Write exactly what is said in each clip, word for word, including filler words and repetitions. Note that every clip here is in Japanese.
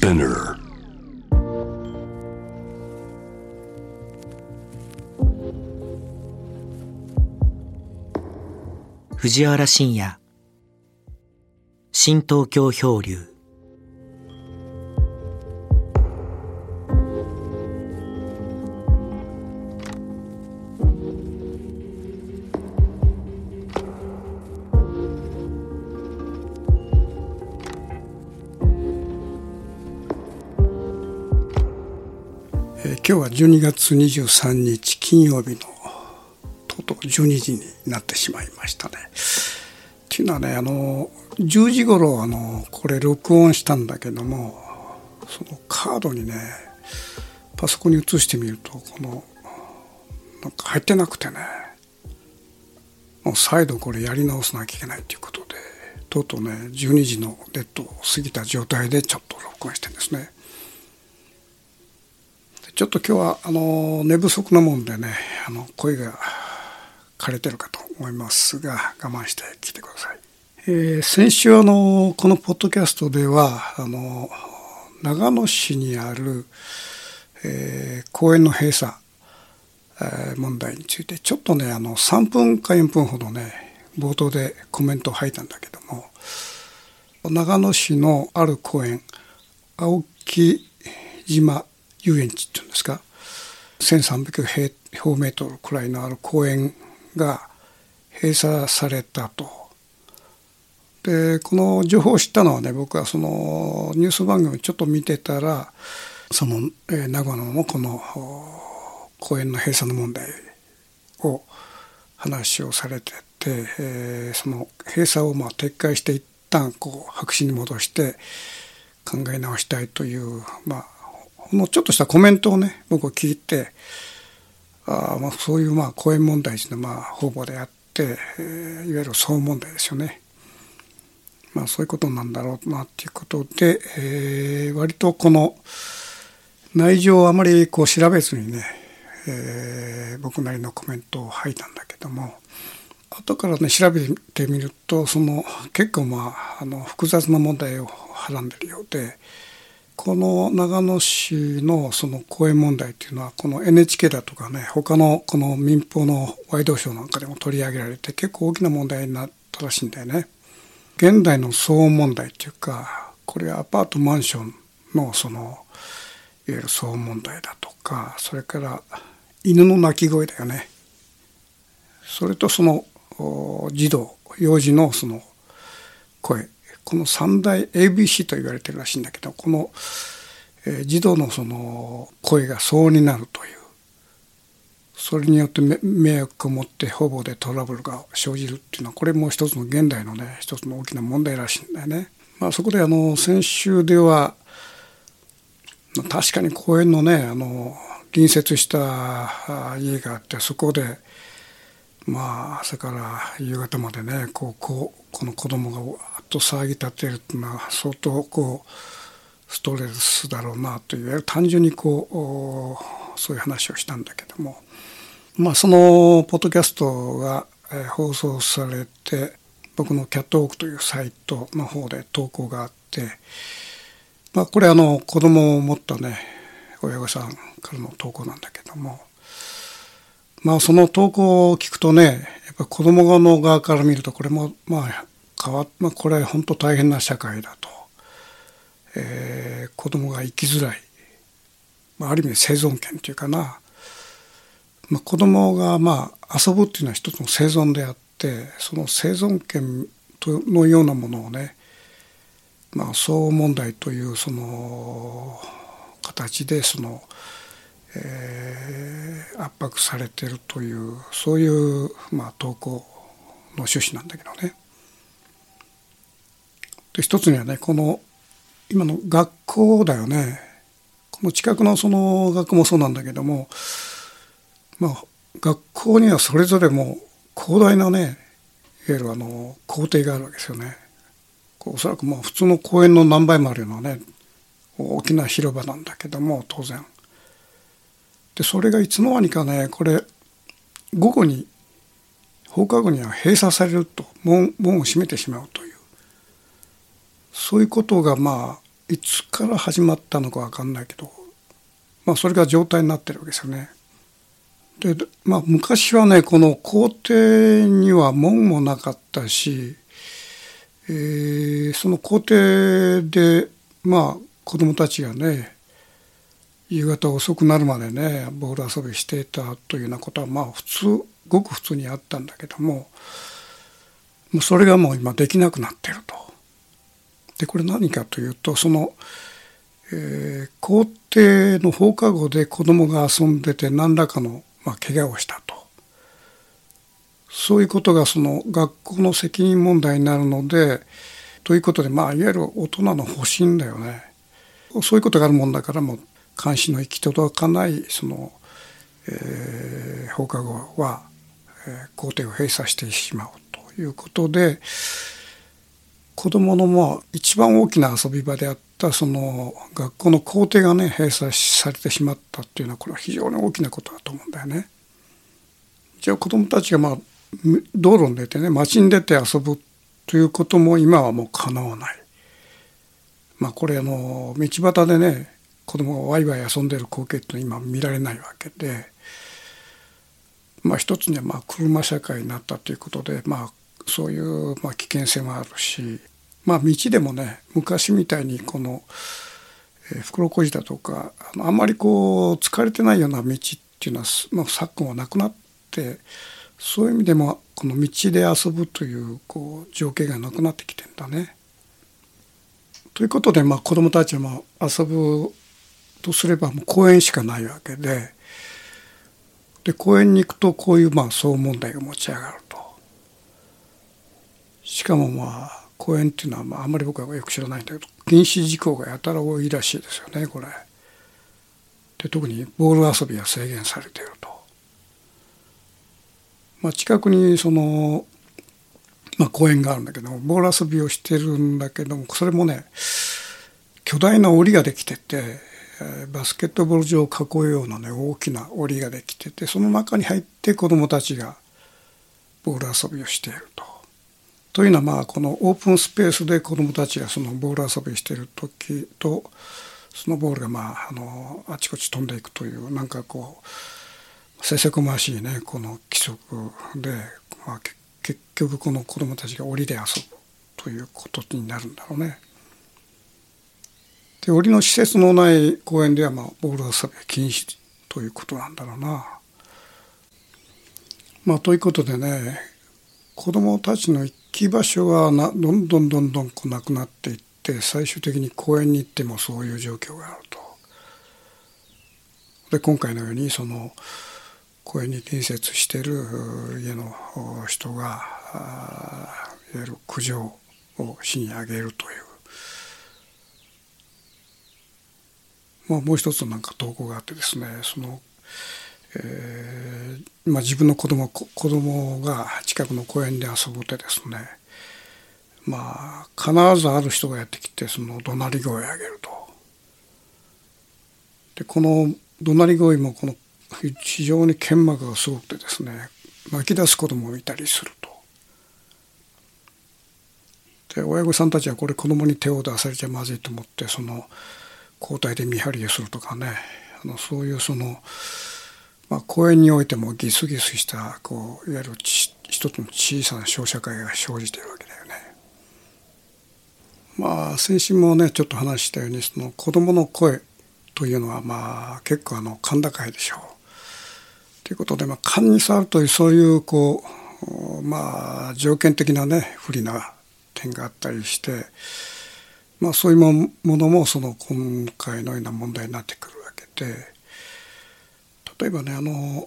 Spinner. 藤原信也、新東京漂流。 今日はじゅうにがつにじゅうさんにち金曜日のとうとうじゅうにじになってしまいましたね。っていうのはね、あのじゅうじ頃あのこれ録音したんだけども、そのカードにねパソコンに移してみるとこのなんか入ってなくてね、もう再度これやり直さなきゃいけないということで、とうとうねじゅうにじのデッドを過ぎた状態でちょっと録音してるんですね。ちょっと今日はあの寝不足なもんでね、あの声が枯れてるかと思いますが、我慢して聞いてください。えー、先週あのこのポッドキャストではあの長野市にある、えー、公園の閉鎖、えー、問題についてちょっとねあのさんぷんかよんぷんほどね冒頭でコメントを吐いたんだけども、長野市のある公園、青木島遊園地っていうんですか、せんさんびゃく平方メートルくらいのある公園が閉鎖されたと。でこの情報を知ったのはね、僕はそのニュース番組をちょっと見てたら、その、えー、長野のこの公園の閉鎖の問題を話をされてて、えー、その閉鎖をまあ撤回して一旦こう白紙に戻して考え直したいというまあこのちょっとしたコメントをね僕は聞いて、あまあそういうまあ公園問題ですね、まあ方々であって、えー、いわゆる騒音問題ですよね。まあそういうことなんだろうなっていうことで、えー、割とこの内情をあまりこう調べずにね、えー、僕なりのコメントを吐いたんだけども、後からね調べてみるとその結構まああの複雑な問題をはらんでるようで、この長野市のその公園問題っていうのはこの エヌエイチケー だとかね、他のこの民放のワイドショーなんかでも取り上げられて結構大きな問題になったらしいんだよね。現代の騒音問題っていうか、これはアパートマンションのそのいわゆる騒音問題だとか、それから犬の鳴き声だよね。それとその児童幼児のその声、この三大 エービーシー と言われてるらしいんだけど、この、えー、児童のその声が騒音になるという、それによって迷惑を持って方々でトラブルが生じるっていうのは、これも一つの現代のね一つの大きな問題らしいんだよね。まあ、そこであの先週では確かに公園のねあの隣接した家があって、そこでまあ朝から夕方までねこうこうこの子供がわっと騒ぎ立てるっていうのは相当こうストレスだろうなという、単純にこうそういう話をしたんだけども、まあそのポッドキャストが放送されて、僕のキャットウォークというサイトの方で投稿があって、まあこれあの子供を持ったね親御さんからの投稿なんだけども、まあその投稿を聞くとね、やっぱ子供の側から見るとこれもまあ変わっ、まあ、これは本当大変な社会だと、えー、子供が生きづらい、まあ、ある意味生存権というかな、まあ、子供がまあ遊ぶっていうのは一つの生存であって、その生存権のようなものをね、まあ騒音問題というその形でそのえー、圧迫されているという、そういう、まあ、投稿の趣旨なんだけどね。で一つにはね、この今の学校だよね。この近くのその学校もそうなんだけども、まあ学校にはそれぞれも広大なね、いわゆるあの校庭があるわけですよね。おそらくまあ普通の公園の何倍もあるようなね、大きな広場なんだけども、当然。でそれがいつの間にかね、これ午後に放課後には閉鎖されると、門、門を閉めてしまうという、そういうことがまあいつから始まったのか分かんないけど、まあ、それが状態になってるわけですよね。で、まあ、昔はねこの校庭には門もなかったし、えー、その校庭でまあ子どもたちがね夕方遅くなるまでねボール遊びしていたというようなことはまあ普通ごく普通にあったんだけども、もうそれがもう今できなくなっていると。でこれ何かというと、その、えー、校庭の放課後で子どもが遊んでて何らかの、まあ、怪我をしたと、そういうことがその学校の責任問題になるので、ということで、まあ、いわゆる大人の保身だよね。そういうことがあるもんだから、もう監視の行き届かないその、えー、放課後は、えー、校庭を閉鎖してしまうということで、子どものまあ一番大きな遊び場であったその学校の校庭がね閉鎖されてしまったっていうのは、これは非常に大きなことだと思うんだよね。じゃあ子どもたちがまあ道路に出てね街に出て遊ぶということも今はもう叶わない。まあこれあの道端でね子どもがワイワイ遊んでる光景って今見られないわけで、まあ一つにはまあ車社会になったということで、まあそういうまあ危険性もあるし、まあ道でもね昔みたいにこの、えー、袋小路だとか あのあんまりこう疲れてないような道っていうのは、まあ、昨今はなくなって、そういう意味でもこの道で遊ぶというこう情景がなくなってきてんだね。ということで、まあ、子どもたちも遊ぶとすればもう公園しかないわけで、で公園に行くとこういうまあ騒音問題が持ち上がると。しかもまあ公園っていうのはまああんまり僕はよく知らないんだけど、禁止事項がやたら多いらしいですよねこれ。で特にボール遊びが制限されていると。まあ、近くにその、まあ、公園があるんだけども、ボール遊びをしてるんだけども、それもね巨大な檻ができてて、バスケットボール場を囲うようなね大きな檻ができてて、その中に入って子どもたちがボール遊びをしていると。というのはまあこのオープンスペースで子どもたちがそのボール遊びしている時と、そのボールがまああのあちこち飛んでいくという、なんかこうせせこましいねこの規則で、まあ、結局この子どもたちが檻で遊ぶということになるんだろうね。で檻の施設のない公園ではまあボール遊びは禁止ということなんだろうな。まあということでね、子どもたちの行き場所がなどんどんどんどんこうなくなっていって、最終的に公園に行ってもそういう状況があると。で今回のようにその公園に隣接している家の人がいわゆる苦情を市に上げるという、まあ、もう一つなんか投稿があってですね、そのえーまあ、自分の子供子供が近くの公園で遊ぶとですね、まあ必ずある人がやってきてその怒鳴り声を上げると。でこの怒鳴り声もこの非常に剣幕がすごくてですね、泣き出す子供もいたりすると。で親御さんたちはこれ子供に手を出されちゃまずいと思って、その交代で見張りをするとかね、あのそういうそのまあ、公園においてもギスギスしたこういわゆる一つの小さな小社会が生じているわけだよね。まあ先週もねちょっと話したように、その子どもの声というのはまあ結構あの甲高いでしょう。ということで、まあ、勘に触るというそういうこうまあ条件的なね不利な点があったりして、まあそういうものもその今回のような問題になってくるわけで。例えばね、あの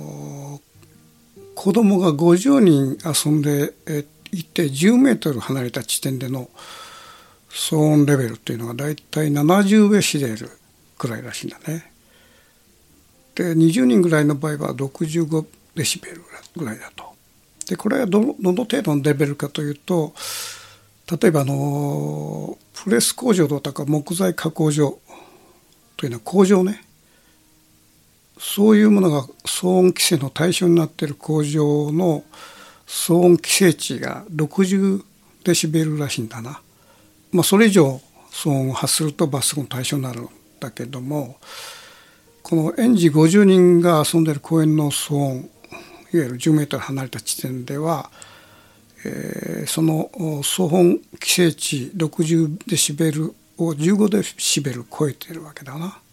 子供がごじゅうにん遊んでいてじゅうメートル離れた地点での騒音レベルというのがだいたいななじゅうデシベルくらいらしいんだね。でにじゅうにんぐらいの場合はろくじゅうごデシベルぐらいだと。でこれはどの、どの程度のレベルかというと、例えばあのプレス工場とか木材加工場というのは工場ね、そういうものが騒音規制の対象になっている工場の騒音規制値がろくじゅうデシベルらしいんだな。まあそれ以上騒音を発すると罰則の対象になるんだけども、この園児ごじゅうにんが遊んでいる公園の騒音、いわゆるじゅうメートル離れた地点では、えー、その騒音規制値ろくじゅうデシベルをじゅうごデシベル超えているわけだな。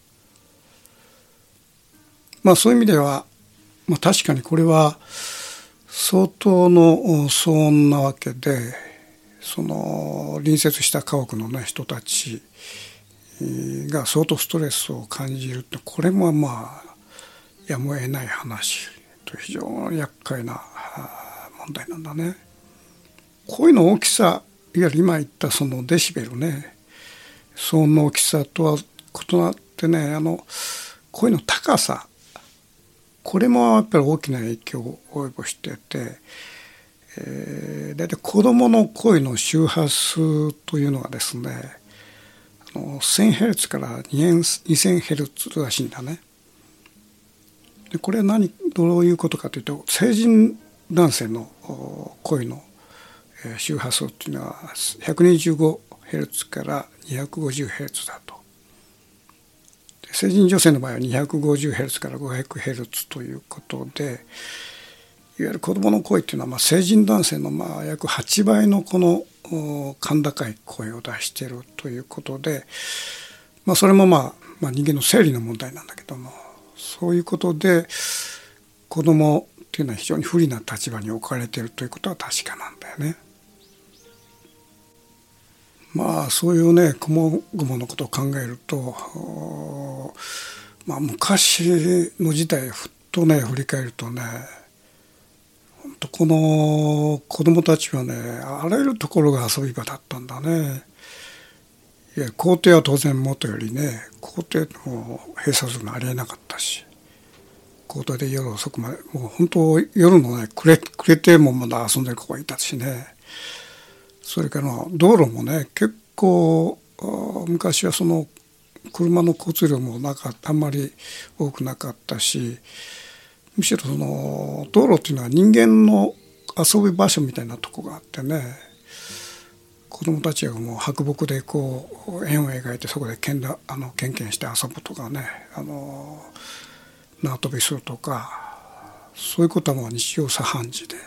まあそういう意味では、まあ、確かにこれは相当の騒音なわけで、その隣接した家屋の、ね、人たちが相当ストレスを感じるって、これもまあやむを得ない話と、非常に厄介な問題なんだね。声の大きさ、いわゆる今言ったそのデシベルね、騒音の大きさとは異なってね、あの声の高さ、これもやっぱり大きな影響を及ぼしてて、えー、大体子どもの声の周波数というのはですね、あのせんヘルツからにせんヘルツらしいんだね。でこれは何どういうことかというと、成人男性の声の周波数というのはひゃくにじゅうごヘルツからにひゃくごじゅうヘルツだと。成人女性の場合はにひゃくごじゅうヘルツからごひゃくヘルツということで、いわゆる子どもの声というのはまあ成人男性のまあ約はちばいのこの甲高い声を出しているということで、まあ、それもまあ、まあ人間の生理の問題なんだけども、そういうことで子どもっていうのは非常に不利な立場に置かれているということは確かなんだよね。まあそういうねこもごものことを考えると、まあ、昔の時代ふっとね振り返るとね、本当この子どもたちはねあらゆるところが遊び場だったんだね。いや校庭は当然元よりね、校庭も閉鎖するのありえなかったし、校庭で夜遅くまでもう本当夜のね暮れ、暮れてもまだ遊んでる子がいたしね。それから道路もね結構昔はその車の交通量もなかったあんまり多くなかったし、むしろその道路っていうのは人間の遊び場所みたいなとこがあってね、子どもたちがもう白木でこう円を描いてそこでけんだあのケンケンして遊ぶとかね、あの縄跳びするとか、そういうことはもう日常茶飯事で。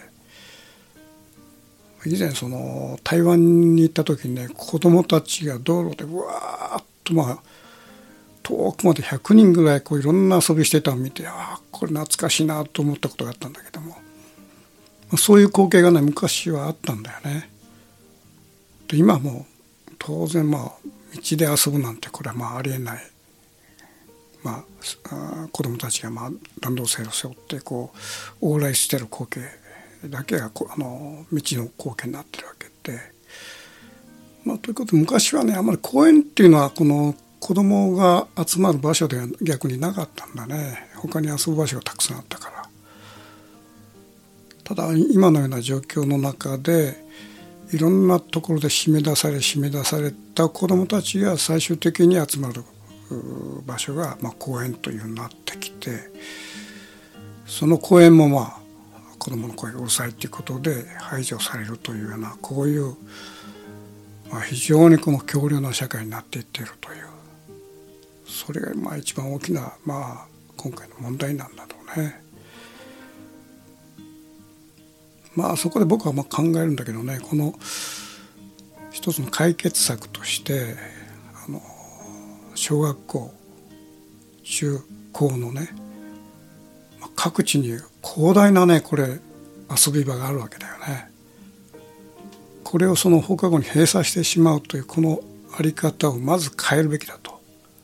以前その台湾に行った時にね、子どもたちが道路でうわーっとまあ遠くまでひゃくにんぐらいこういろんな遊びしてたのを見て、ああこれ懐かしいなと思ったことがあったんだけども、そういう光景がね昔はあったんだよね。で今はもう当然まあ道で遊ぶなんてこれはまあありえない、まあ、子どもたちがまあランドセルを背負ってこう往来してる光景だけがあの道の光景になってるわけで、まあ、ということで昔はねあんまり公園っていうのはこの子どもが集まる場所では逆になかったんだね。他に遊ぶ場所がたくさんあったから。ただ今のような状況の中でいろんなところで締め出され締め出された子どもたちが最終的に集まる場所がまあ公園というようになってきて、その公園もまあ子どもの声がうるさいということで排除されるというような、こういう、まあ、非常にこの強烈な社会になっていっているという、それがまあ一番大きな、まあ、今回の問題なんだろうね。まあそこで僕はまあ考えるんだけどね、この一つの解決策としてあの小学校中高のね各地に広大なねこれ遊び場があるわけだよね。これをその放課後に閉鎖してしまうというこのあり方をまず変えるべきだと。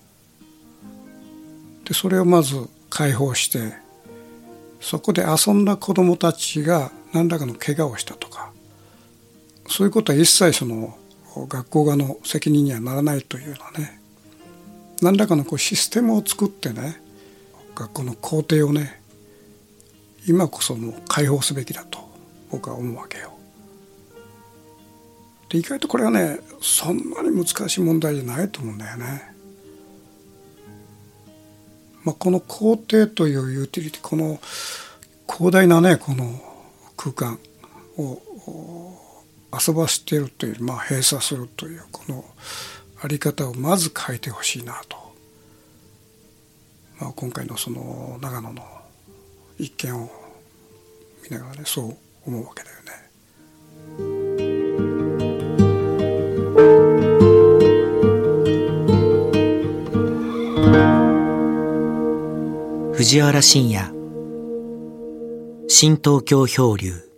でそれをまず開放して、そこで遊んだ子どもたちが何らかの怪我をしたとか、そういうことは一切その学校側の責任にはならないというようなね、何らかのこうシステムを作ってね、学校の校庭をね今こそもう開放すべきだと僕は思うわけよ。で意外とこれはねそんなに難しい問題じゃないと思うんだよね。まあ、この校庭というユーティリティ、この広大なねこの空間を遊ばせているという、まあ、閉鎖するというこのあり方をまず変えてほしいなと、まあ、今回のその長野の一件を見ながらね、そう思うわけだよね。 藤原信也、新東京漂流。